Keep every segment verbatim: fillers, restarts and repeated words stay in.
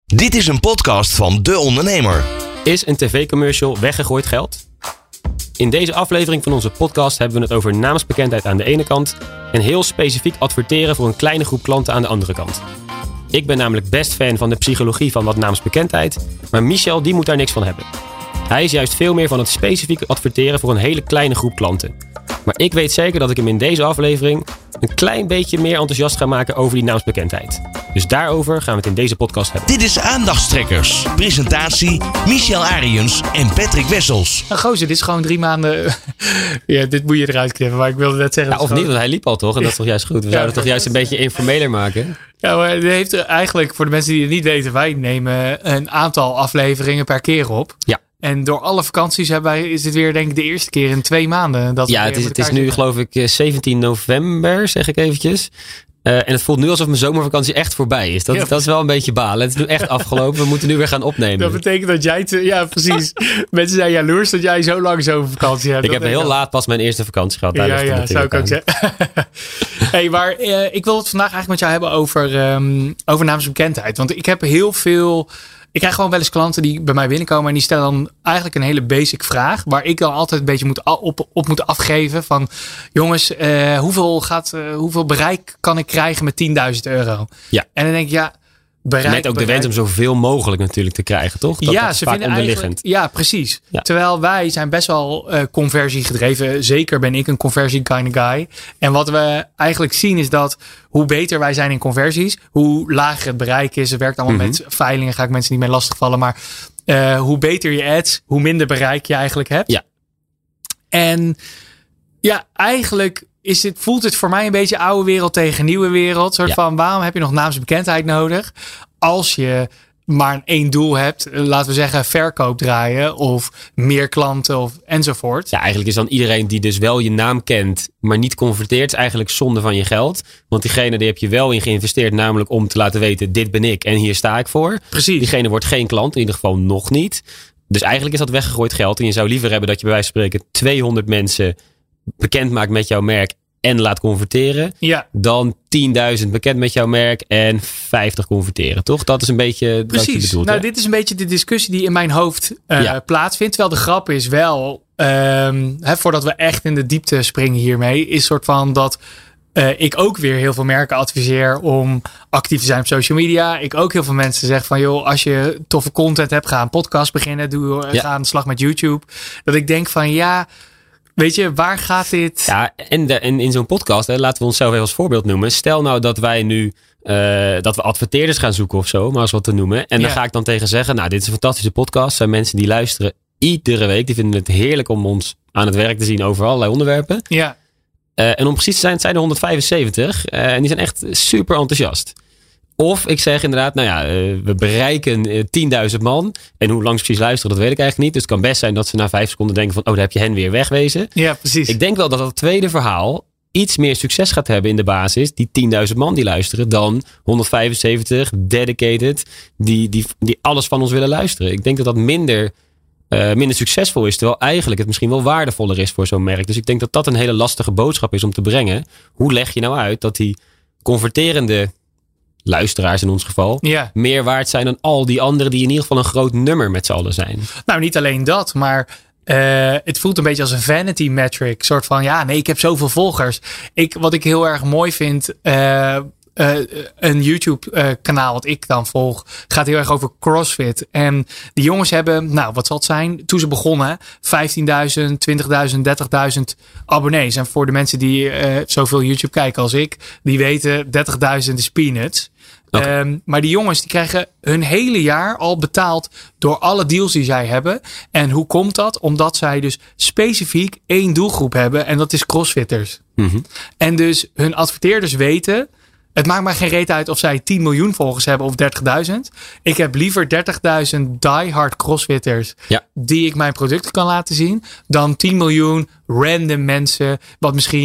Dit is een podcast van De Ondernemer. Is een tv-commercial weggegooid geld? In deze aflevering van onze podcast hebben we het over naamsbekendheid aan de ene kant en heel specifiek adverteren voor een kleine groep klanten aan de andere kant. Ik ben namelijk best fan van de psychologie van wat naamsbekendheid, maar Michel die moet daar niks van hebben. Hij is juist veel meer van het specifiek adverteren voor een hele kleine groep klanten. Maar ik weet zeker dat ik hem in deze aflevering een klein beetje meer enthousiast ga maken over die naamsbekendheid. Dus daarover gaan we het in deze podcast hebben. Dit is Aandachtstrekkers. Presentatie Michel Ariens en Patrick Wessels. Nou gozer, dit is gewoon drie maanden... ja, dit moet je eruit knippen, maar ik wilde net zeggen... Ja, of gewoon... niet, want hij liep al toch? En dat is toch juist goed? We zouden het toch juist een beetje informeler maken? Ja, maar het heeft eigenlijk, voor de mensen die het niet weten... wij nemen een aantal afleveringen per keer op. Ja. En door alle vakanties hebben wij, is dit weer denk ik de eerste keer in twee maanden. Dat ja, het is, het is nu geloof ik zeventien november, zeg ik eventjes. Uh, en het voelt nu alsof mijn zomervakantie echt voorbij is. Dat, ja. dat is wel een beetje balen. Het is nu echt afgelopen. We moeten nu weer gaan opnemen. Dat betekent dat jij... Te, ja, precies. Mensen zijn jaloers dat jij zo lang zomervakantie hebt. Ik heb heel laat pas mijn eerste vakantie gehad. Daar ja, ja, zou ik ook zeggen. hey, maar uh, ik wil het vandaag eigenlijk met jou hebben over, um, over naamsbekendheid. Want ik heb heel veel... Ik krijg gewoon wel eens klanten die bij mij binnenkomen en die stellen dan eigenlijk een hele basic vraag. Waar ik dan altijd een beetje moet op, op moet afgeven van jongens, uh, hoeveel, gaat, uh, hoeveel bereik kan ik krijgen met tienduizend euro? Ja. En dan denk ik, ja, bereik. Met ook bereik. de wens om zoveel mogelijk natuurlijk te krijgen, toch? Dat, ja, dat is ze vaak vinden onderliggend. Ja, precies. Ja. Terwijl wij zijn best wel uh, conversie gedreven. Zeker ben ik een conversie kind of guy. En wat we eigenlijk zien is dat hoe beter wij zijn in conversies, hoe lager het bereik is. Het werkt allemaal mm-hmm. met veilingen, ga ik mensen niet meer lastigvallen. Maar uh, hoe beter je ads, hoe minder bereik je eigenlijk hebt. Ja. En ja, eigenlijk is het, voelt het voor mij een beetje oude wereld tegen nieuwe wereld. Soort ja. van, waarom heb je nog naamsbekendheid nodig? Als je maar één doel hebt, laten we zeggen verkoop draaien of meer klanten of enzovoort. Ja, eigenlijk is dan iedereen die dus wel je naam kent, maar niet converteert, is eigenlijk zonde van je geld. Want diegene die heb je wel in geïnvesteerd, namelijk om te laten weten, dit ben ik en hier sta ik voor. Precies. Diegene wordt geen klant, in ieder geval nog niet. Dus eigenlijk is dat weggegooid geld. En je zou liever hebben dat je bij wijze van spreken tweehonderd mensen bekend maakt met jouw merk en laat converteren. Ja. Dan tienduizend bekend met jouw merk en vijftig converteren, toch? Dat is een beetje Precies. wat je bedoelt. Nou, hè? dit is een beetje de discussie die in mijn hoofd uh, ja. plaatsvindt. Terwijl de grap is wel, um, hè, voordat we echt in de diepte springen hiermee, is soort van dat uh, ik ook weer heel veel merken adviseer om actief te zijn op social media. Ik ook heel veel mensen zeg van, joh, als je toffe content hebt, ga een podcast beginnen. Doe, ja. Ga aan de slag met YouTube. Dat ik denk van, ja, weet je, waar gaat dit? Ja, en, de, en in zo'n podcast, hè, laten we onszelf even als voorbeeld noemen. Stel nou dat wij nu, uh, dat we adverteerders gaan zoeken of zo, maar als wat te noemen. En ja. dan ga ik dan tegen zeggen, nou, dit is een fantastische podcast. Er zijn mensen die luisteren iedere week. Die vinden het heerlijk om ons aan het werk te zien over allerlei onderwerpen. Ja. Uh, en om precies te zijn, het zijn er honderdvijfenzeventig. Uh, en die zijn echt super enthousiast. Of ik zeg inderdaad, nou ja, uh, we bereiken uh, tienduizend man. En hoe lang ze precies luisteren, dat weet ik eigenlijk niet. Dus het kan best zijn dat ze na vijf seconden denken van, oh, daar heb je hen weer wegwezen. Ja, precies. Ik denk wel dat dat tweede verhaal iets meer succes gaat hebben in de basis. Die tienduizend man die luisteren dan honderdvijfenzeventig dedicated die, die, die alles van ons willen luisteren. Ik denk dat dat minder, uh, minder succesvol is. Terwijl eigenlijk het misschien wel waardevoller is voor zo'n merk. Dus ik denk dat dat een hele lastige boodschap is om te brengen. Hoe leg je nou uit dat die converterende luisteraars in ons geval, ja. meer waard zijn dan al die anderen die in ieder geval een groot nummer met z'n allen zijn? Nou, niet alleen dat, maar uh, het voelt een beetje als een vanity metric. Soort van, ja, nee, ik heb zoveel volgers. Ik, wat ik heel erg mooi vind, uh, uh, een YouTube uh, kanaal wat ik dan volg, gaat heel erg over CrossFit. En die jongens hebben, nou, wat zal het zijn? Toen ze begonnen, vijftienduizend, twintigduizend, dertigduizend abonnees. En voor de mensen die uh, zoveel YouTube kijken als ik, die weten dertigduizend is peanuts. Okay. Um, maar die jongens die krijgen hun hele jaar al betaald door alle deals die zij hebben. En hoe komt dat? Omdat zij dus specifiek één doelgroep hebben. En dat is crossfitters. Mm-hmm. En dus hun adverteerders weten, het maakt mij geen reet uit of zij tien miljoen volgers hebben of dertigduizend. Ik heb liever dertigduizend diehard crossfitters ja. die ik mijn producten kan laten zien, dan tien miljoen random mensen wat misschien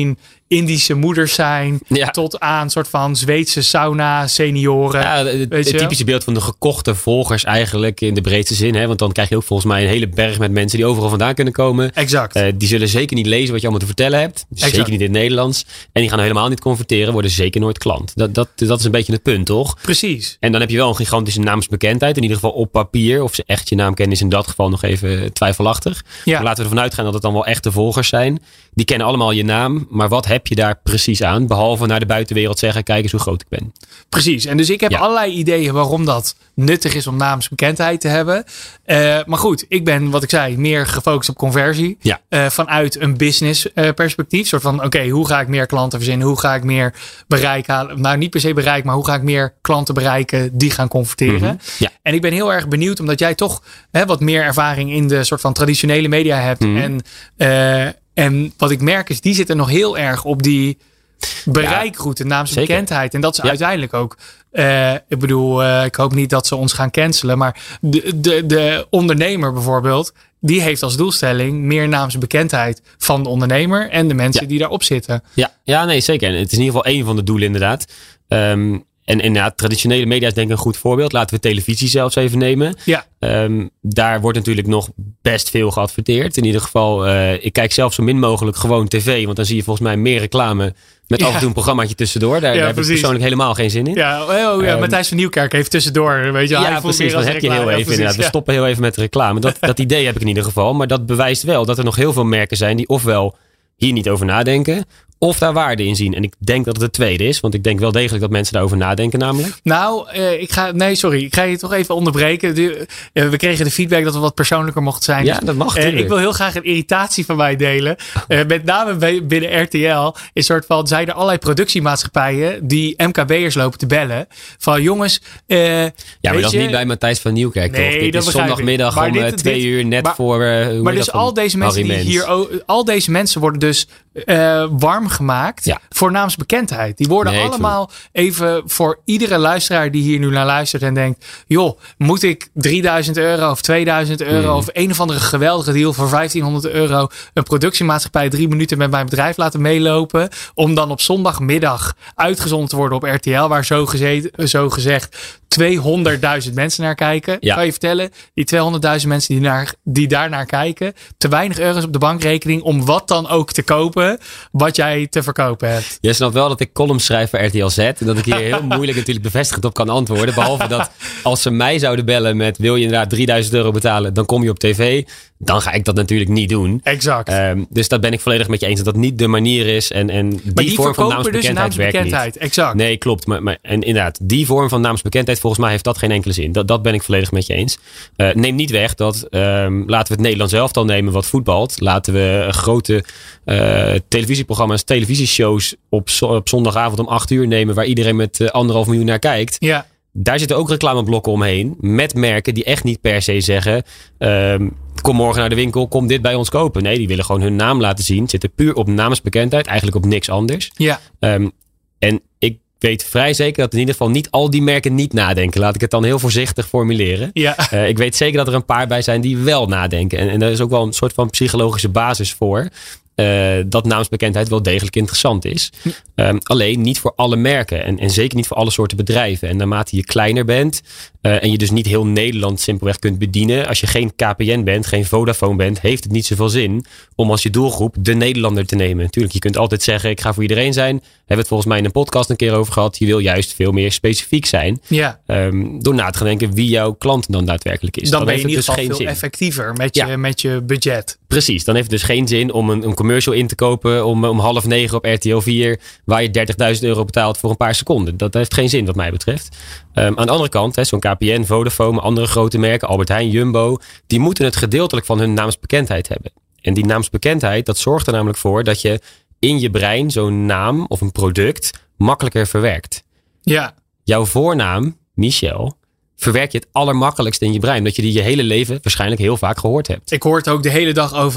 Indische moeders zijn. Ja. Tot aan soort van Zweedse sauna senioren. Ja, het, het typische beeld van de gekochte volgers eigenlijk in de breedste zin. Hè? Want dan krijg je ook volgens mij een hele berg met mensen die overal vandaan kunnen komen. Exact. Uh, die zullen zeker niet lezen wat je allemaal te vertellen hebt. Dus zeker niet in het Nederlands. En die gaan helemaal niet converteren. Worden zeker nooit klant. Dat, dat, dat is een beetje het punt, toch? Precies. En dan heb je wel een gigantische naamsbekendheid. In ieder geval op papier. Of ze echt je naam kennen is in dat geval nog even twijfelachtig. Ja. Maar laten we ervan uitgaan dat het dan wel echte volgers zijn. Die kennen allemaal je naam. Maar wat heb je daar precies aan? Behalve naar de buitenwereld zeggen, kijk eens hoe groot ik ben. Precies. En dus ik heb ja. allerlei ideeën waarom dat nuttig is om naamsbekendheid te hebben. Uh, maar goed, ik ben, wat ik zei, meer gefocust op conversie. Ja. Uh, vanuit een business uh, perspectief. Soort van, oké, okay, hoe ga ik meer klanten verzinnen? Hoe ga ik meer bereik halen? Nou, niet per se bereik, maar hoe ga ik meer klanten bereiken die gaan converteren? Mm-hmm. Ja. En ik ben heel erg benieuwd, omdat jij toch hè, wat meer ervaring in de soort van traditionele media hebt. Mm-hmm. En, uh, en wat ik merk is, die zitten nog heel erg op die bereikroute, ja, naamsbekendheid. En dat is ja. uiteindelijk ook. Uh, ik bedoel, uh, ik hoop niet dat ze ons gaan cancelen. Maar de, de, de ondernemer bijvoorbeeld, die heeft als doelstelling meer naamsbekendheid van de ondernemer en de mensen ja. die daarop zitten. Ja, ja, nee, zeker. En het is in ieder geval één van de doelen inderdaad. Um, En, en ja, traditionele media is denk ik een goed voorbeeld. Laten we televisie zelfs even nemen. Ja. Um, daar wordt natuurlijk nog best veel geadverteerd. In ieder geval, uh, ik kijk zelf zo min mogelijk gewoon tv. Want dan zie je volgens mij meer reclame met ja. af en toe een programmaatje tussendoor. Daar, ja, daar heb ik persoonlijk helemaal geen zin in. Ja, oh, ja um, Matthijs van Nieuwkerk heeft tussendoor. Weet je, ja, hij precies. Dan heb je heel even. Ja, precies, ja. We stoppen heel even met de reclame. Dat, dat idee heb ik in ieder geval. Maar dat bewijst wel dat er nog heel veel merken zijn die ofwel hier niet over nadenken, of daar waarde in zien. En ik denk dat het het tweede is. Want ik denk wel degelijk dat mensen daarover nadenken namelijk. Nou, uh, ik ga... Nee, sorry. Ik ga je toch even onderbreken. De, uh, we kregen de feedback dat we wat persoonlijker mochten zijn. Ja, dat mag. Uh, ik wil heel graag een irritatie van mij delen. Uh, met name binnen R T L. Een soort van... Zijn er allerlei productiemaatschappijen die M K B'ers lopen te bellen. Van jongens... Uh, ja, maar dat is niet bij Matthijs van Nieuwkerk, nee, toch? Dit dat is zondagmiddag om dit, twee dit, uur net maar, voor... Uh, maar dus al deze mensen die hier... Al deze mensen worden dus uh, warm gemaakt ja. voor naamsbekendheid. Die worden nee, allemaal true. Even voor iedere luisteraar die hier nu naar luistert en denkt, joh, moet ik drieduizend euro of tweeduizend euro mm. of een of andere geweldige deal voor vijftienhonderd euro een productiemaatschappij drie minuten met mijn bedrijf laten meelopen om dan op zondagmiddag uitgezonden te worden op R T L, waar zo, gezeten, zo gezegd tweehonderdduizend mensen naar kijken. Ja. Kan je vertellen, die tweehonderdduizend mensen die, naar, die daar naar kijken, te weinig euro's op de bankrekening om wat dan ook te kopen, wat jij te verkopen hebt. Je snapt wel dat ik columns schrijf voor R T L Z en dat ik hier heel moeilijk natuurlijk bevestigend op kan antwoorden. Behalve dat als ze mij zouden bellen met wil je inderdaad drieduizend euro betalen, dan kom je op tv. Dan ga ik dat natuurlijk niet doen. Exact. Um, dus dat ben ik volledig met je eens dat dat niet de manier is. En, en die, maar die vorm van naamsbekendheid, naamsbekendheid dus naamsbekendheid werkt niet. Exact. Nee, klopt. Maar, maar en inderdaad, die vorm van naamsbekendheid, volgens mij heeft dat geen enkele zin. Dat, dat ben ik volledig met je eens. Uh, neem niet weg dat, um, laten we het Nederlands elftal nemen wat voetbalt. Laten we grote uh, televisieprogramma's, televisieshows op, op zondagavond om acht uur nemen, waar iedereen met uh, anderhalf miljoen naar kijkt. Ja. Daar zitten ook reclameblokken omheen. Met merken die echt niet per se zeggen, um, kom morgen naar de winkel, kom dit bij ons kopen. Nee, die willen gewoon hun naam laten zien. Zitten puur op naamsbekendheid. Eigenlijk op niks anders. Ja. Um, en ik weet vrij zeker dat in ieder geval niet al die merken niet nadenken. Laat ik het dan heel voorzichtig formuleren. Ja. Uh, ik weet zeker dat er een paar bij zijn die wel nadenken. En, en daar is ook wel een soort van psychologische basis voor. Uh, dat naamsbekendheid wel degelijk interessant is. Um, alleen niet voor alle merken. En, en zeker niet voor alle soorten bedrijven. En naarmate je kleiner bent. Uh, en je dus niet heel Nederland simpelweg kunt bedienen. Als je geen K P N bent, geen Vodafone bent. Heeft het niet zoveel zin om als je doelgroep de Nederlander te nemen. Tuurlijk, je kunt altijd zeggen ik ga voor iedereen zijn. Hebben we het volgens mij in een podcast een keer over gehad. Je wil juist veel meer specifiek zijn. Ja. Um, door na te gaan denken wie jouw klant dan daadwerkelijk is. Dan, dan ben je in ieder dus geval veel zin. effectiever met je, ja. met je budget. Precies, dan heeft het dus geen zin om een, een commercial in te kopen om, om half negen op R T L vier, waar je dertigduizend euro betaalt voor een paar seconden. Dat heeft geen zin wat mij betreft. Um, aan de andere kant, hè, zo'n K P N, Vodafone, andere grote merken, Albert Heijn, Jumbo, die moeten het gedeeltelijk van hun naamsbekendheid hebben. En die naamsbekendheid, dat zorgt er namelijk voor dat je in je brein zo'n naam of een product makkelijker verwerkt. Ja. Jouw voornaam, Michel, verwerk je het allermakkelijkst in je brein. Dat je die je hele leven waarschijnlijk heel vaak gehoord hebt. Ik hoor het ook de hele dag overal.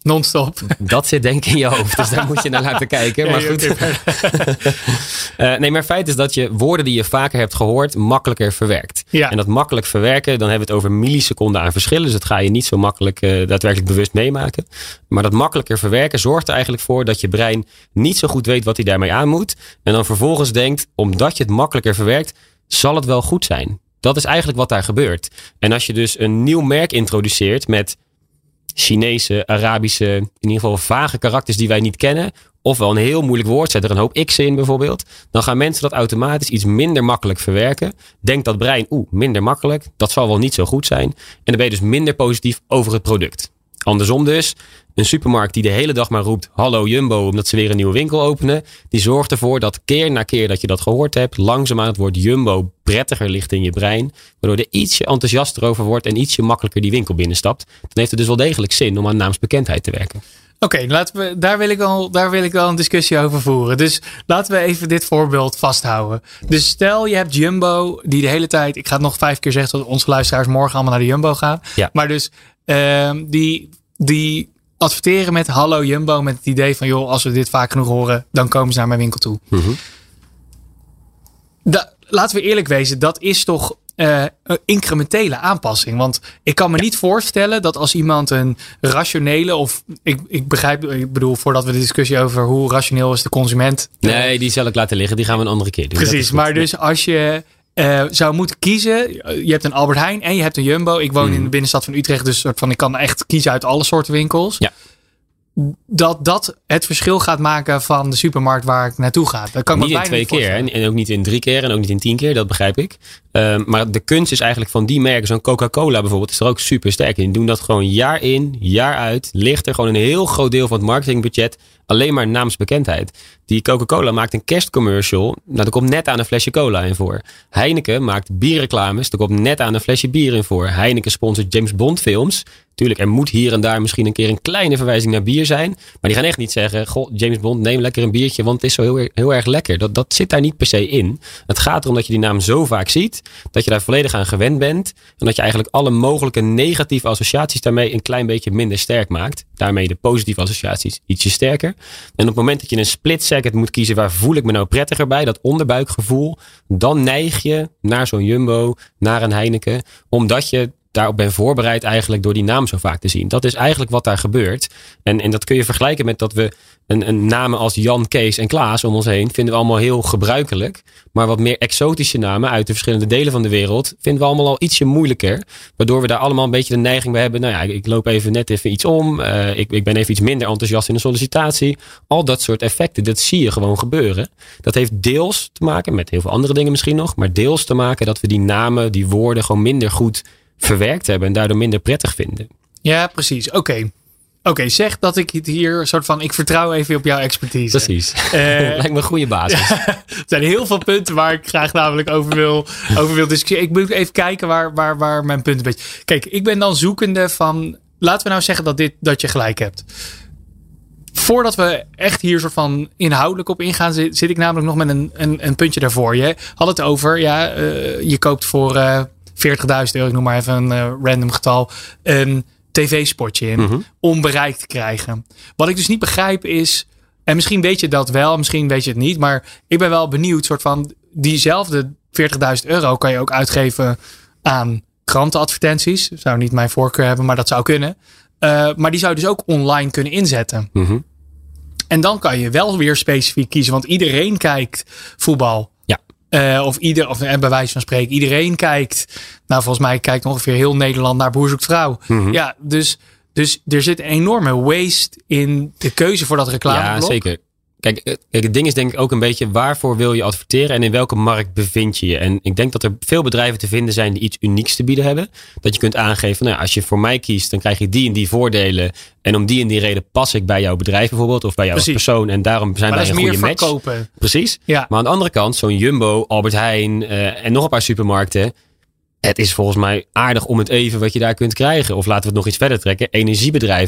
Non-stop. Dat zit denk ik in je hoofd, dus daar moet je naar laten kijken. Maar goed. uh, nee, maar feit is dat je woorden die je vaker hebt gehoord makkelijker verwerkt. Ja. En dat makkelijk verwerken, dan hebben we het over milliseconden aan verschillen. Dus dat ga je niet zo makkelijk uh, daadwerkelijk bewust meemaken. Maar dat makkelijker verwerken zorgt er eigenlijk voor dat je brein niet zo goed weet wat hij daarmee aan moet. En dan vervolgens denkt, omdat je het makkelijker verwerkt, zal het wel goed zijn. Dat is eigenlijk wat daar gebeurt. En als je dus een nieuw merk introduceert met Chinese, Arabische, in ieder geval vage karakters die wij niet kennen, ofwel een heel moeilijk woord, zet er een hoop x'en in bijvoorbeeld, dan gaan mensen dat automatisch iets minder makkelijk verwerken. Denkt dat brein, oeh, minder makkelijk, dat zal wel niet zo goed zijn. En dan ben je dus minder positief over het product. Andersom dus, een supermarkt die de hele dag maar roept, hallo Jumbo, omdat ze weer een nieuwe winkel openen, die zorgt ervoor dat keer na keer dat je dat gehoord hebt, langzaamaan het woord Jumbo prettiger ligt in je brein, waardoor er ietsje enthousiaster over wordt en ietsje makkelijker die winkel binnenstapt. Dan heeft het dus wel degelijk zin om aan naamsbekendheid te werken. Oké, okay, laten we daar wil ik al, daar wil ik wel een discussie over voeren. Dus laten we even dit voorbeeld vasthouden. Dus stel je hebt Jumbo die de hele tijd, ik ga het nog vijf keer zeggen dat onze luisteraars morgen allemaal naar de Jumbo gaan. Ja. Maar dus uh, die, die adverteren met hallo Jumbo met het idee van joh, als we dit vaak genoeg horen, dan komen ze naar mijn winkel toe. Mm-hmm. Da, laten we eerlijk wezen, dat is toch Uh, een incrementele aanpassing. Want ik kan me niet voorstellen dat als iemand een rationele of ik, ik begrijp, ik bedoel voordat we de discussie over hoe rationeel is de consument. Nee, die zal ik laten liggen. Die gaan we een andere keer doen. Precies, maar dus als je uh, zou moeten kiezen, je hebt een Albert Heijn en je hebt een Jumbo. Ik woon mm. in de binnenstad van Utrecht, dus soort van ik kan echt kiezen uit alle soorten winkels. Ja. Dat dat het verschil gaat maken van de supermarkt waar ik naartoe ga. Dat kan ik niet me in twee niet keer hè? En ook niet in drie keer en ook niet in tien keer, dat begrijp ik. Uh, maar de kunst is eigenlijk van die merken, zo'n Coca-Cola bijvoorbeeld, is er ook super sterk in. Die doen dat gewoon jaar in, jaar uit. Ligt er gewoon een heel groot deel van het marketingbudget alleen maar naamsbekendheid. Die Coca-Cola maakt een kerstcommercial. Nou, er komt net aan een flesje cola in voor. Heineken maakt bierreclames. Er komt net aan een flesje bier in voor. Heineken sponsort James Bond films. Tuurlijk, er moet hier en daar misschien een keer een kleine verwijzing naar bier zijn. Maar die gaan echt niet zeggen, goh, James Bond, neem lekker een biertje, want het is zo heel, heel erg lekker. Dat, dat zit daar niet per se in. Het gaat erom dat je die naam zo vaak ziet, dat je daar volledig aan gewend bent. En dat je eigenlijk alle mogelijke negatieve associaties daarmee een klein beetje minder sterk maakt. Daarmee de positieve associaties ietsje sterker. En op het moment dat je een split second moet kiezen, waar voel ik me nou prettiger bij, dat onderbuikgevoel, dan neig je naar zo'n Jumbo, naar een Heineken, omdat je daarop ben voorbereid eigenlijk door die naam zo vaak te zien. Dat is eigenlijk wat daar gebeurt. En, en dat kun je vergelijken met dat we een, een namen als Jan, Kees en Klaas om ons heen vinden we allemaal heel gebruikelijk. Maar wat meer exotische namen uit de verschillende delen van de wereld vinden we allemaal al ietsje moeilijker. Waardoor we daar allemaal een beetje de neiging bij hebben. Nou ja, ik loop even net even iets om. Uh, ik, ik ben even iets minder enthousiast in een sollicitatie. Al dat soort effecten, dat zie je gewoon gebeuren. Dat heeft deels te maken met heel veel andere dingen misschien nog. Maar deels te maken dat we die namen, die woorden gewoon minder goed verwerkt hebben en daardoor minder prettig vinden. Ja, precies. Oké. Okay. Oké, okay, zeg dat ik het hier soort van, ik vertrouw even op jouw expertise. Precies. Uh, Lijkt me een goede basis. Ja, er zijn heel veel punten waar ik graag namelijk over wil, over wil discussiëren. Ik moet even kijken waar, waar, waar mijn punt een beetje. Kijk, ik ben dan zoekende van, laten we nou zeggen dat, dit, dat je gelijk hebt. Voordat we echt hier soort van inhoudelijk op ingaan, zit, zit ik namelijk nog met een, een, een puntje daarvoor. Je had het over, ja, uh, je koopt voor uh, veertigduizend euro, ik noem maar even een uh, random getal, een tv-spotje in, mm-hmm. om bereik te krijgen. Wat ik dus niet begrijp is, en misschien weet je dat wel, misschien weet je het niet, maar ik ben wel benieuwd, soort van diezelfde veertigduizend euro kan je ook uitgeven aan krantenadvertenties. Zou niet mijn voorkeur hebben, maar dat zou kunnen. Uh, maar die zou je dus ook online kunnen inzetten. Mm-hmm. En dan kan je wel weer specifiek kiezen, want iedereen kijkt voetbal. Ja. Uh, of ieder, of bij wijze van spreken, iedereen kijkt. Nou, volgens mij kijkt ongeveer heel Nederland naar Boer Zoekt Vrouw. Mm-hmm. Ja, dus, dus er zit een enorme waste in de keuze voor dat reclameblok. Ja, zeker. Kijk, kijk, het ding is denk ik ook een beetje, waarvoor wil je adverteren en in welke markt bevind je je? En ik denk dat er veel bedrijven te vinden zijn die iets unieks te bieden hebben. Dat je kunt aangeven, nou, als je voor mij kiest, dan krijg je die en die voordelen. En om die en die reden pas ik bij jouw bedrijf bijvoorbeeld, of bij jou als persoon. En daarom zijn wij een goede match. Maar dat is meer verkopen. Precies. Ja. Maar aan de andere kant, zo'n Jumbo, Albert Heijn uh, en nog een paar supermarkten. Het is volgens mij aardig om het even wat je daar kunt krijgen. Of laten we het nog iets verder trekken. Energiebedrijven,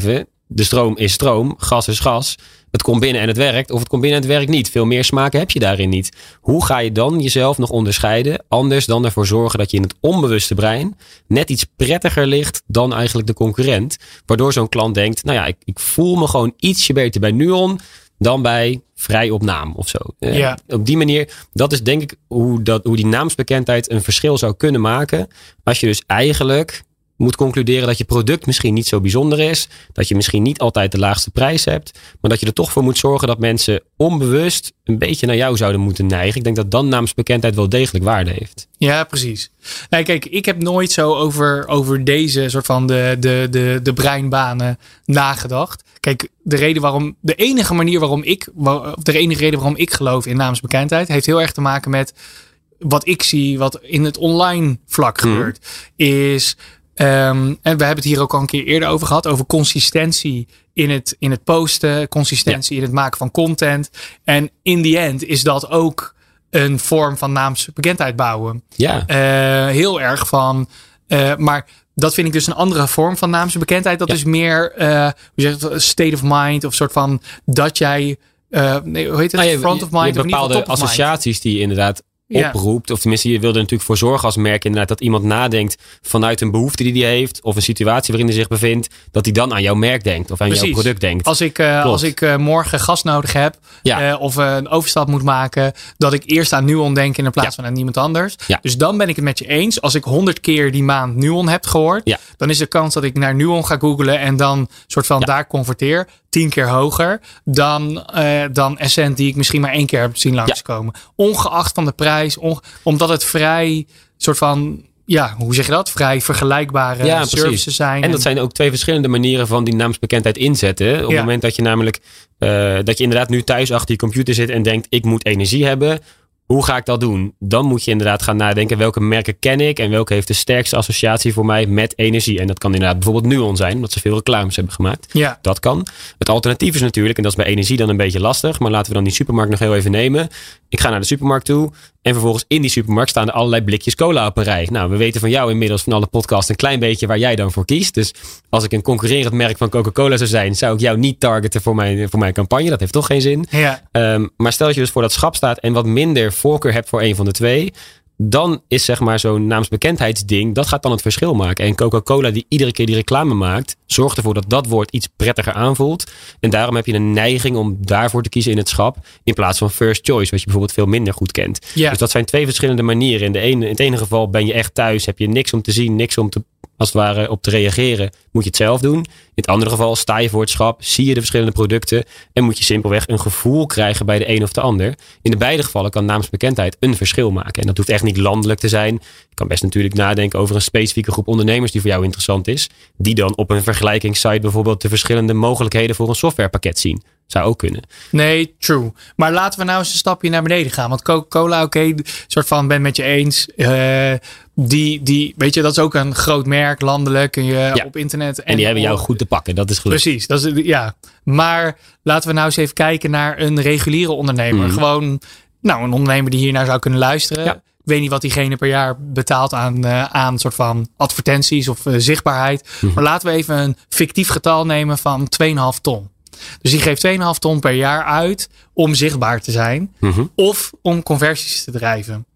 de stroom is stroom, gas is gas. Het komt binnen en het werkt, of het komt binnen en het werkt niet. Veel meer smaken heb je daarin niet. Hoe ga je dan jezelf nog onderscheiden? Anders dan ervoor zorgen dat je in het onbewuste brein net iets prettiger ligt dan eigenlijk de concurrent. Waardoor zo'n klant denkt, nou ja, ik, ik voel me gewoon ietsje beter bij Nuon dan bij Vrij op Naam of zo. Ja. Uh, op die manier, dat is denk ik hoe, dat, hoe die naamsbekendheid een verschil zou kunnen maken. Als je dus eigenlijk moet concluderen dat je product misschien niet zo bijzonder is. Dat je misschien niet altijd de laagste prijs hebt. Maar dat je er toch voor moet zorgen dat mensen onbewust een beetje naar jou zouden moeten neigen. Ik denk dat dan naamsbekendheid wel degelijk waarde heeft. Ja, precies. Nee, kijk, ik heb nooit zo over, over deze soort van de, de, de, de breinbanen nagedacht. Kijk, de reden waarom, de enige manier waarom ik, of de enige reden waarom ik geloof in naamsbekendheid, heeft heel erg te maken met wat ik zie, wat in het online vlak gebeurt. Hmm. Is, um, en we hebben het hier ook al een keer eerder over gehad, over consistentie in het, in het posten, consistentie ja. in het maken van content. En in the end is dat ook een vorm van naamsbekendheid bouwen. Ja. Uh, heel erg van, uh, maar dat vind ik dus een andere vorm van naamsbekendheid. Dat ja. is meer, uh, hoe zeg je het, state of mind of soort van dat jij, uh, nee, hoe heet het, nou, je, front of mind. Je hebt of bepaalde associaties die je inderdaad Ja. oproept. Of tenminste, je wil er natuurlijk voor zorgen als merk inderdaad dat iemand nadenkt vanuit een behoefte die hij heeft of een situatie waarin hij zich bevindt, dat hij dan aan jouw merk denkt of aan Precies. jouw product denkt. Als ik, uh, als ik uh, morgen gas nodig heb ja. uh, of uh, een overstap moet maken, dat ik eerst aan Nuon denk in plaats ja. van aan niemand anders. Ja. Dus dan ben ik het met je eens. Als ik honderd keer die maand Nuon heb gehoord, ja. dan is de kans dat ik naar Nuon ga googlen en dan soort van ja. daar converteer tien keer hoger dan, uh, dan Essent die ik misschien maar één keer heb zien langskomen. Ja. Ongeacht van de prijs, onge- omdat het vrij soort van, ja, hoe zeg je dat? Vrij vergelijkbare ja, services precies. zijn. En dat zijn ook twee verschillende manieren van die naamsbekendheid inzetten. Op ja. het moment dat je namelijk, uh, dat je inderdaad nu thuis achter je computer zit en denkt, ik moet energie hebben. Hoe ga ik dat doen? Dan moet je inderdaad gaan nadenken, welke merken ken ik en welke heeft de sterkste associatie voor mij met energie. En dat kan inderdaad bijvoorbeeld Nuon zijn, omdat ze veel reclames hebben gemaakt. Ja. Dat kan. Het alternatief is natuurlijk, en dat is bij energie dan een beetje lastig, maar laten we dan die supermarkt nog heel even nemen. Ik ga naar de supermarkt toe en vervolgens in die supermarkt staan er allerlei blikjes cola op een rij. Nou, we weten van jou inmiddels van alle podcasts een klein beetje waar jij dan voor kiest. Dus als ik een concurrerend merk van Coca-Cola zou zijn, zou ik jou niet targeten voor mijn, voor mijn campagne. Dat heeft toch geen zin. Ja. Um, maar stel dat je dus voor dat schap staat en wat minder voorkeur hebt voor een van de twee, dan is zeg maar zo'n naamsbekendheidsding, dat gaat dan het verschil maken. En Coca-Cola die iedere keer die reclame maakt, zorgt ervoor dat dat woord iets prettiger aanvoelt. En daarom heb je een neiging om daarvoor te kiezen in het schap, in plaats van first choice, wat je bijvoorbeeld veel minder goed kent. Ja. Dus dat zijn twee verschillende manieren. In, de ene, in het ene geval ben je echt thuis, heb je niks om te zien, niks om te, als het ware op te reageren, moet je het zelf doen. In het andere geval sta je voor het schap, zie je de verschillende producten en moet je simpelweg een gevoel krijgen bij de een of de ander. In de beide gevallen kan naamsbekendheid een verschil maken. En dat hoeft echt niet landelijk te zijn. Je kan best natuurlijk nadenken over een specifieke groep ondernemers die voor jou interessant is. Die dan op een vergelijkingssite bijvoorbeeld de verschillende mogelijkheden voor een softwarepakket zien. Zou ook kunnen. Nee, true. Maar laten we nou eens een stapje naar beneden gaan. Want Coca-Cola, oké, okay, soort van ben met je eens. Uh, die, die, weet je, dat is ook een groot merk, landelijk, kun je ja. op internet. En, en die hebben jou goed te pakken, dat is gelukt. Precies, dat is, ja. Maar laten we nou eens even kijken naar een reguliere ondernemer. Mm. Gewoon, nou, een ondernemer die hier naar zou kunnen luisteren. Ja. Ik weet niet wat diegene per jaar betaalt aan, uh, aan soort van advertenties of uh, zichtbaarheid. Mm. Maar laten we even een fictief getal nemen van twee komma vijf ton. Dus die geeft twee komma vijf ton per jaar uit om zichtbaar te zijn. Mm-hmm. Of om conversies te drijven.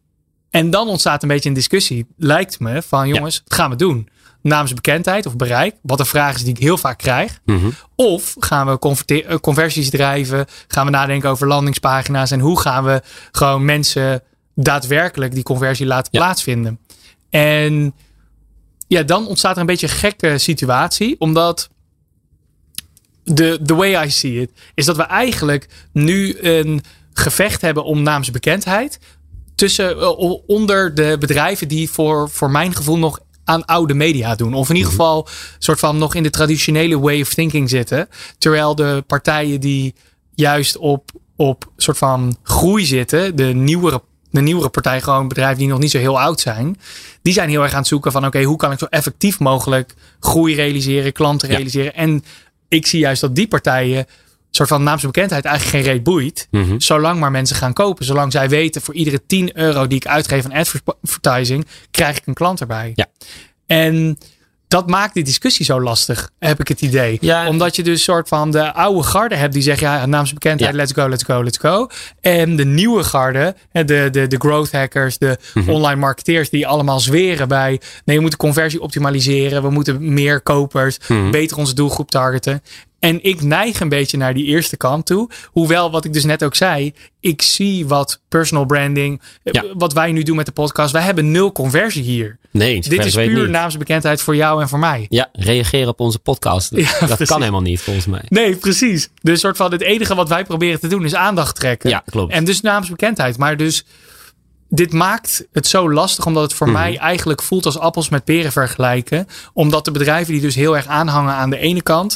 En dan ontstaat een beetje een discussie. Lijkt me van jongens, ja. wat gaan we doen? Naamsbekendheid of bereik. Wat een vraag is die ik heel vaak krijg. Mm-hmm. Of gaan we converter- conversies drijven? Gaan we nadenken over landingspagina's? En hoe gaan we gewoon mensen daadwerkelijk die conversie laten ja. plaatsvinden? En ja, dan ontstaat er een beetje een gekke situatie. Omdat de the way I see it is dat we eigenlijk nu een gevecht hebben om naamsbekendheid tussen uh, onder de bedrijven die voor, voor mijn gevoel nog aan oude media doen. Of in ieder geval soort van nog in de traditionele way of thinking zitten. Terwijl de partijen die juist op, op soort van groei zitten, de nieuwere De nieuwere partijen, gewoon bedrijven die nog niet zo heel oud zijn. Die zijn heel erg aan het zoeken van oké, okay, hoe kan ik zo effectief mogelijk groei realiseren, klanten realiseren. Ja. En ik zie juist dat die partijen soort van naamsbekendheid eigenlijk geen reet boeit. Mm-hmm. Zolang maar mensen gaan kopen. Zolang zij weten voor iedere tien euro die ik uitgeef aan advertising, krijg ik een klant erbij. Ja. En dat maakt die discussie zo lastig, heb ik het idee. Ja, Omdat je dus soort van de oude garde hebt die zeggen, ja, naamsbekendheid, ja. let's go, let's go, let's go. En de nieuwe garde, de, de, de growth hackers, de mm-hmm. online marketeers die allemaal zweren bij, nee, we moeten conversie optimaliseren, we moeten meer kopers, mm-hmm. beter onze doelgroep targeten. En ik neig een beetje naar die eerste kant toe. Hoewel, wat ik dus net ook zei, ik zie wat personal branding, ja. wat wij nu doen met de podcast. Wij hebben nul conversie hier. Nee, dit is puur naamsbekendheid voor jou en voor mij. Ja, reageren op onze podcast. Ja, dat precies. kan helemaal niet, volgens mij. Nee, precies. Dus soort van het enige wat wij proberen te doen is aandacht trekken. Ja, klopt. En dus naamsbekendheid. Maar dus dit maakt het zo lastig, omdat het voor mm-hmm. mij eigenlijk voelt als appels met peren vergelijken. Omdat de bedrijven die dus heel erg aanhangen aan de ene kant,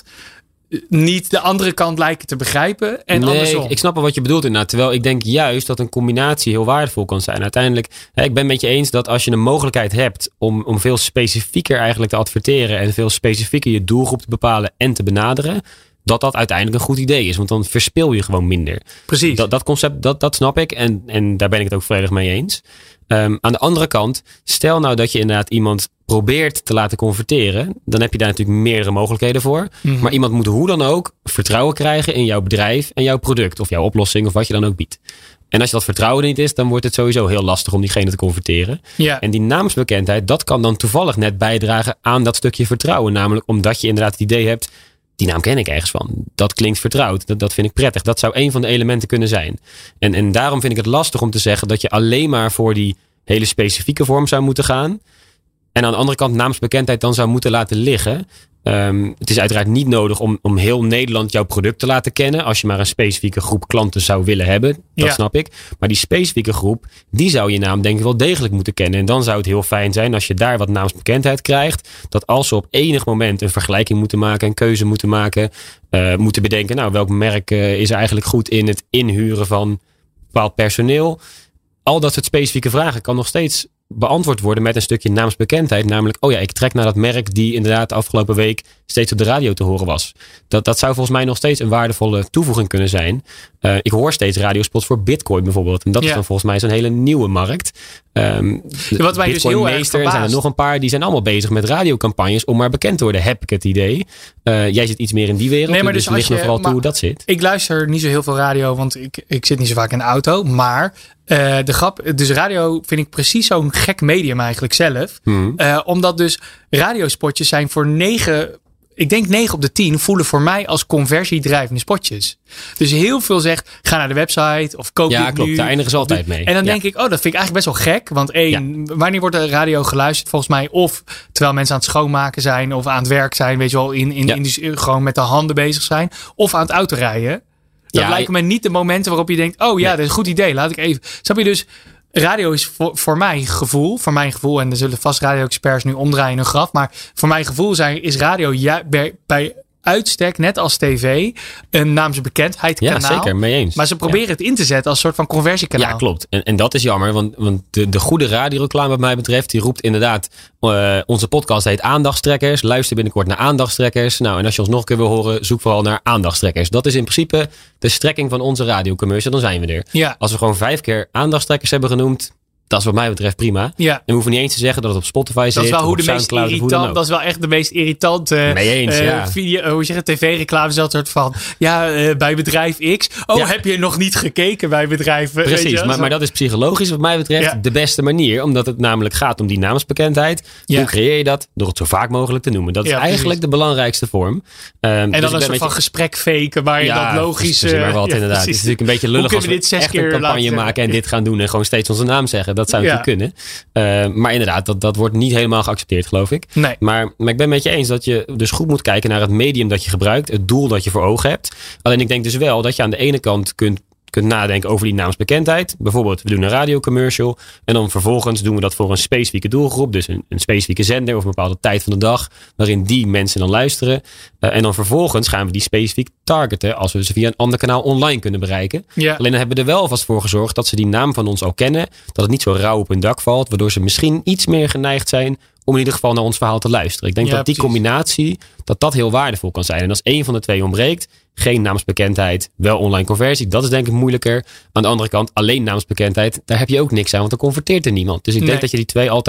niet de andere kant lijken te begrijpen en nee, andersom. Ik snap wel wat je bedoelt inderdaad. Terwijl ik denk juist dat een combinatie heel waardevol kan zijn. Uiteindelijk, hè, ik ben het met je eens dat als je een mogelijkheid hebt om, om veel specifieker eigenlijk te adverteren en veel specifieker je doelgroep te bepalen en te benaderen, dat dat uiteindelijk een goed idee is. Want dan verspil je gewoon minder. Precies. Dat, dat concept, dat, dat snap ik. En, en daar ben ik het ook volledig mee eens. Um, aan de andere kant, stel nou dat je inderdaad iemand probeert te laten converteren. Dan heb je daar natuurlijk meerdere mogelijkheden voor. Mm-hmm. Maar iemand moet hoe dan ook vertrouwen krijgen in jouw bedrijf en jouw product. Of jouw oplossing of wat je dan ook biedt. En als je dat vertrouwen er niet is, dan wordt het sowieso heel lastig om diegene te converteren. Ja. En die naamsbekendheid, dat kan dan toevallig net bijdragen aan dat stukje vertrouwen. Namelijk omdat je inderdaad het idee hebt, die naam ken ik ergens van. Dat klinkt vertrouwd. Dat, dat vind ik prettig. Dat zou een van de elementen kunnen zijn. En, en daarom vind ik het lastig om te zeggen dat je alleen maar voor die hele specifieke vorm zou moeten gaan. En aan de andere kant naamsbekendheid dan zou moeten laten liggen. Um, het is uiteraard niet nodig om, om heel Nederland jouw product te laten kennen. Als je maar een specifieke groep klanten zou willen hebben. Dat ja. snap ik. Maar die specifieke groep, die zou je naam denk ik wel degelijk moeten kennen. En dan zou het heel fijn zijn als je daar wat naamsbekendheid krijgt. Dat als ze op enig moment een vergelijking moeten maken, een keuze moeten maken. Uh, moeten bedenken, nou welk merk uh, is eigenlijk goed in het inhuren van bepaald personeel. Al dat soort specifieke vragen kan nog steeds beantwoord worden met een stukje naamsbekendheid. Namelijk, oh ja, ik trek naar dat merk die inderdaad de afgelopen week steeds op de radio te horen was. Dat, dat zou volgens mij nog steeds een waardevolle toevoeging kunnen zijn. Uh, ik hoor steeds radiospots voor Bitcoin bijvoorbeeld. En dat ja. is dan volgens mij zo'n hele nieuwe markt. Um, ja, wat mij dus heel erg er zijn er nog een paar, die zijn allemaal bezig met radiocampagnes om maar bekend te worden, heb ik het idee. Uh, jij zit iets meer in die wereld, nee, maar dus, dus ligt me vooral toe hoe dat zit. Ik luister niet zo heel veel radio, want ik, ik zit niet zo vaak in de auto. Maar uh, de grap, dus radio vind ik precies zo'n gek medium eigenlijk zelf. Hmm. Uh, omdat dus radiospotjes zijn voor negen... Ik denk negen op de tien voelen voor mij als conversiedrijvende spotjes. Dus heel veel zegt, ga naar de website of koop ja, dit klopt, nu. Daar eindigen ze altijd mee. En dan ja. denk ik, oh, dat vind ik eigenlijk best wel gek. Want één, ja. wanneer wordt de radio geluisterd volgens mij? Of terwijl mensen aan het schoonmaken zijn of aan het werk zijn. Weet je wel, in, in, ja. in die, gewoon met de handen bezig zijn. Of aan het autorijden. Dat ja, lijken me niet de momenten waarop je denkt, oh ja, nee. dat is een goed idee. Laat ik even. Snap je dus? Radio is voor, voor mijn gevoel, voor mijn gevoel, en er zullen vast radio-experts nu omdraaien in hun graf, maar voor mijn gevoel zijn, is radio ja, bij, bij uitstek, net als tv, een naamsbekendheidskanaal. Ja, zeker, mee eens. Maar ze proberen ja. het in te zetten als soort van conversiekanaal. Ja, klopt. En, en dat is jammer, want, want de, de goede radioreclame wat mij betreft, die roept inderdaad, uh, onze podcast heet Aandachtstrekkers. Luister binnenkort naar Aandachtstrekkers. Nou, en als je ons nog een keer wil horen, zoek vooral naar Aandachtstrekkers. Dat is in principe de strekking van onze radiocommercial, dan zijn we er. Ja. Als we gewoon vijf keer Aandachtstrekkers hebben genoemd, dat is wat mij betreft prima. Ja. En we hoeven niet eens te zeggen dat het op Spotify zit. Dat is wel hoe de meest SoundCloud, irritant. Dat is wel echt de meest irritante mee eens, uh, ja. video, hoe zeg je, tv-reclame is dat soort van. Ja, uh, bij bedrijf X. Oh, ja. heb je nog niet gekeken bij bedrijf? Precies, weet je, maar, maar dat is psychologisch wat mij betreft ja. de beste manier. Omdat het namelijk gaat om die naamsbekendheid. Ja. Hoe creëer je dat? Door het zo vaak mogelijk te noemen. Dat is ja, eigenlijk precies. de belangrijkste vorm. Um, en dus dan een soort van je... gesprek faken waar je ja, dat logisch... Ja, maar wat ja, inderdaad. Het is natuurlijk een beetje lullig als we dit echt een campagne maken en dit gaan doen en gewoon steeds onze naam zeggen. Dat zou ja. natuurlijk kunnen. Uh, maar inderdaad, dat, dat wordt niet helemaal geaccepteerd, geloof ik. Nee. Maar, maar ik ben met je eens dat je dus goed moet kijken naar het medium dat je gebruikt. Het doel dat je voor ogen hebt. Alleen ik denk dus wel dat je aan de ene kant kunt, kunt nadenken over die naamsbekendheid. Bijvoorbeeld, we doen een radiocommercial. En dan vervolgens doen we dat voor een specifieke doelgroep. Dus een, een specifieke zender of een bepaalde tijd van de dag. Waarin die mensen dan luisteren. Uh, en dan vervolgens gaan we die specifiek targeten. Als we ze via een ander kanaal online kunnen bereiken. Ja. Alleen dan hebben we er wel alvast voor gezorgd dat ze die naam van ons al kennen. Dat het niet zo rauw op hun dak valt. Waardoor ze misschien iets meer geneigd zijn om in ieder geval naar ons verhaal te luisteren. Ik denk ja, dat die precies. combinatie, dat dat heel waardevol kan zijn. En als één van de twee ontbreekt, geen naamsbekendheid, wel online conversie. Dat is denk ik moeilijker. Aan de andere kant, alleen naamsbekendheid, daar heb je ook niks aan, want dan converteert er niemand. Dus ik denk nee. dat je die twee altijd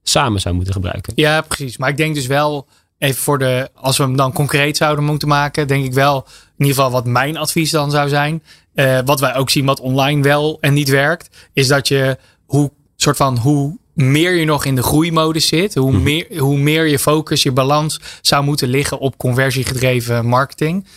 samen zou moeten gebruiken. Ja, precies. Maar ik denk dus wel, even voor de, als we hem dan concreet zouden moeten maken, denk ik wel, in ieder geval wat mijn advies dan zou zijn, uh, wat wij ook zien wat online wel en niet werkt, is dat je hoe soort van hoe meer je nog in de groeimodus zit, hoe, hmm. meer, hoe meer je focus, je balans zou moeten liggen op conversiegedreven marketing.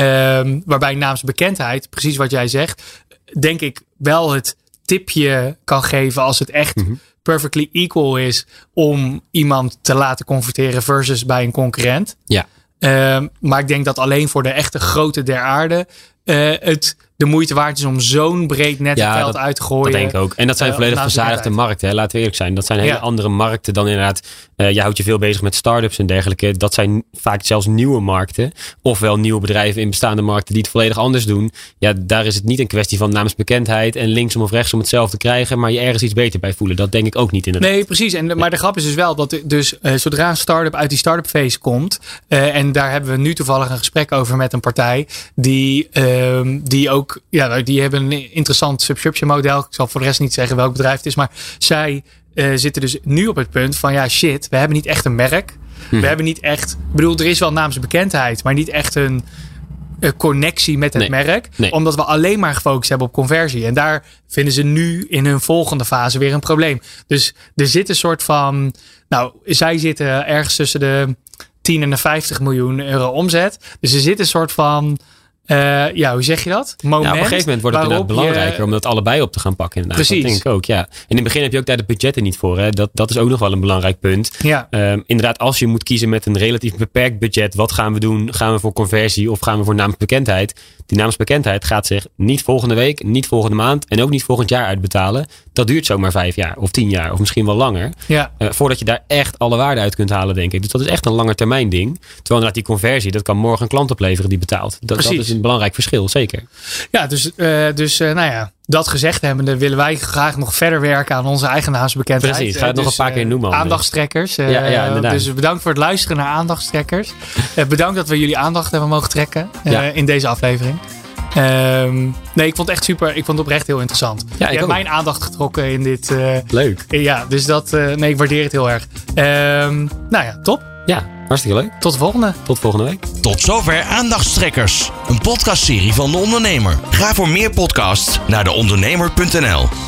Um, waarbij naamsbekendheid, precies wat jij zegt, denk ik wel het tipje kan geven als het echt mm-hmm. perfectly equal is om iemand te laten converteren versus bij een concurrent. Ja. Um, maar ik denk dat alleen voor de echte grote der aarde uh, het de moeite waard is om zo'n breed net ja, geld dat, uit te gooien. Dat denk ik ook. En dat zijn uh, volledig verzadigde markten. Hè? Laten we eerlijk zijn. Dat zijn hele ja. andere markten dan inderdaad. Uh, je houdt je veel bezig met start-ups en dergelijke. Dat zijn vaak zelfs nieuwe markten. Ofwel nieuwe bedrijven in bestaande markten die het volledig anders doen. Ja, daar is het niet een kwestie van naamsbekendheid en linksom of rechtsom hetzelfde krijgen. Maar je ergens iets beter bij voelen. Dat denk ik ook niet inderdaad. Nee, precies. En, maar de grap is dus wel dat dus uh, zodra een start-up uit die start-up phase komt. Uh, en daar hebben we nu toevallig een gesprek over met een partij. Die, uh, die ook, ja, die hebben een interessant subscription model. Ik zal voor de rest niet zeggen welk bedrijf het is. Maar zij uh, zitten dus nu op het punt van ja shit, we hebben niet echt een merk. Hm. We hebben niet echt, ik bedoel er is wel naamsbekendheid. Maar niet echt een, een connectie met het nee, merk. Nee. Omdat we alleen maar gefocust hebben op conversie. En daar vinden ze nu in hun volgende fase weer een probleem. Dus er zit een soort van, nou zij zitten ergens tussen de tien en de vijftig miljoen euro omzet. Dus er zit een soort van Uh, ja, hoe zeg je dat? Moment, ja, op een gegeven moment wordt het inderdaad belangrijker je... om dat allebei op te gaan pakken. Inderdaad. Precies. Dat denk ik ook, ja. En in het begin heb je ook daar de budgetten niet voor. Hè? Dat, dat is ook nog wel een belangrijk punt. Ja. Um, inderdaad, als je moet kiezen met een relatief beperkt budget. Wat gaan we doen? Gaan we voor conversie of gaan we voor naamsbekendheid? Die naamsbekendheid gaat zich niet volgende week, niet volgende maand en ook niet volgend jaar uitbetalen. Dat duurt zomaar vijf jaar of tien jaar of misschien wel langer. Ja. Uh, voordat je daar echt alle waarde uit kunt halen, denk ik. Dus dat is echt een langetermijn ding. Terwijl inderdaad die conversie, dat kan morgen een klant opleveren die betaalt. Dat, dat is een belangrijk verschil, zeker. Ja, dus, uh, dus uh, nou ja, dat gezegd hebbende willen wij graag nog verder werken aan onze eigen naamsbekendheid. Precies, ga het dus, nog een paar keer noemen. Aandachtstrekkers. Uh, ja, ja, inderdaad. Dus bedankt voor het luisteren naar Aandachtstrekkers. uh, bedankt dat we jullie aandacht hebben mogen trekken uh, ja. in deze aflevering. Um, nee, ik vond het echt super. Ik vond het oprecht heel interessant. Ja, je hebt ook. mijn aandacht getrokken in dit. Uh, Leuk. Ja, dus dat. Uh, nee, ik waardeer het heel erg. Um, nou ja, top. Ja, hartstikke leuk. Tot de volgende. Tot volgende week. Tot zover Aandachtstrekkers. Een podcastserie van De Ondernemer. Ga voor meer podcasts naar de ondernemer punt n l.